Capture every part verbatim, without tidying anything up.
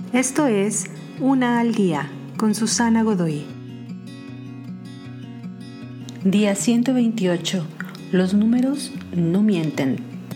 Esto es Una al Día con Susana Godoy. Día ciento veintiocho. Los números no mienten.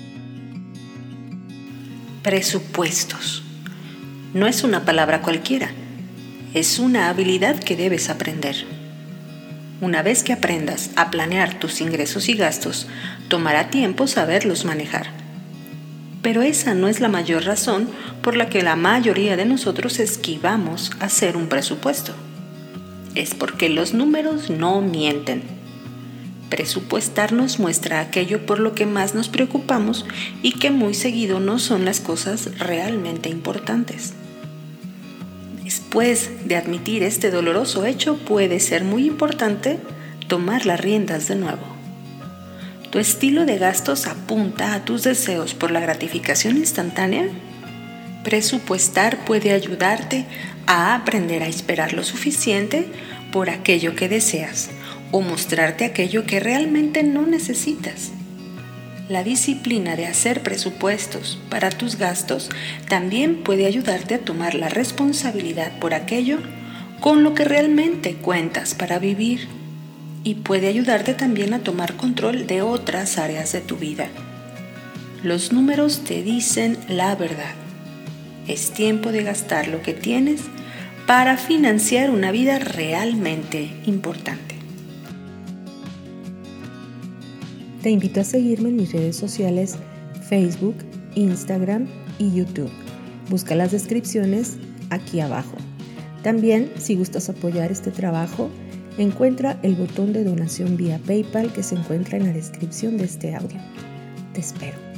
Presupuestos. No es una palabra cualquiera. Es una habilidad que debes aprender. Una vez que aprendas a planear tus ingresos y gastos, tomará tiempo saberlos manejar. Pero esa no es la mayor razón por la que la mayoría de nosotros esquivamos hacer un presupuesto. Es porque los números no mienten. Presupuestar nos muestra aquello por lo que más nos preocupamos y que muy seguido no son las cosas realmente importantes. Después de admitir este doloroso hecho, puede ser muy importante tomar las riendas de nuevo. ¿Tu estilo de gastos apunta a tus deseos por la gratificación instantánea? Presupuestar puede ayudarte a aprender a esperar lo suficiente por aquello que deseas o mostrarte aquello que realmente no necesitas. La disciplina de hacer presupuestos para tus gastos también puede ayudarte a tomar la responsabilidad por aquello con lo que realmente cuentas para vivir y puede ayudarte también a tomar control de otras áreas de tu vida. Los números te dicen la verdad. Es tiempo de gastar lo que tienes para financiar una vida realmente importante. Te invito a seguirme en mis redes sociales Facebook, Instagram y YouTube. Busca las descripciones aquí abajo. También, si gustas apoyar este trabajo, encuentra el botón de donación vía PayPal que se encuentra en la descripción de este audio. Te espero.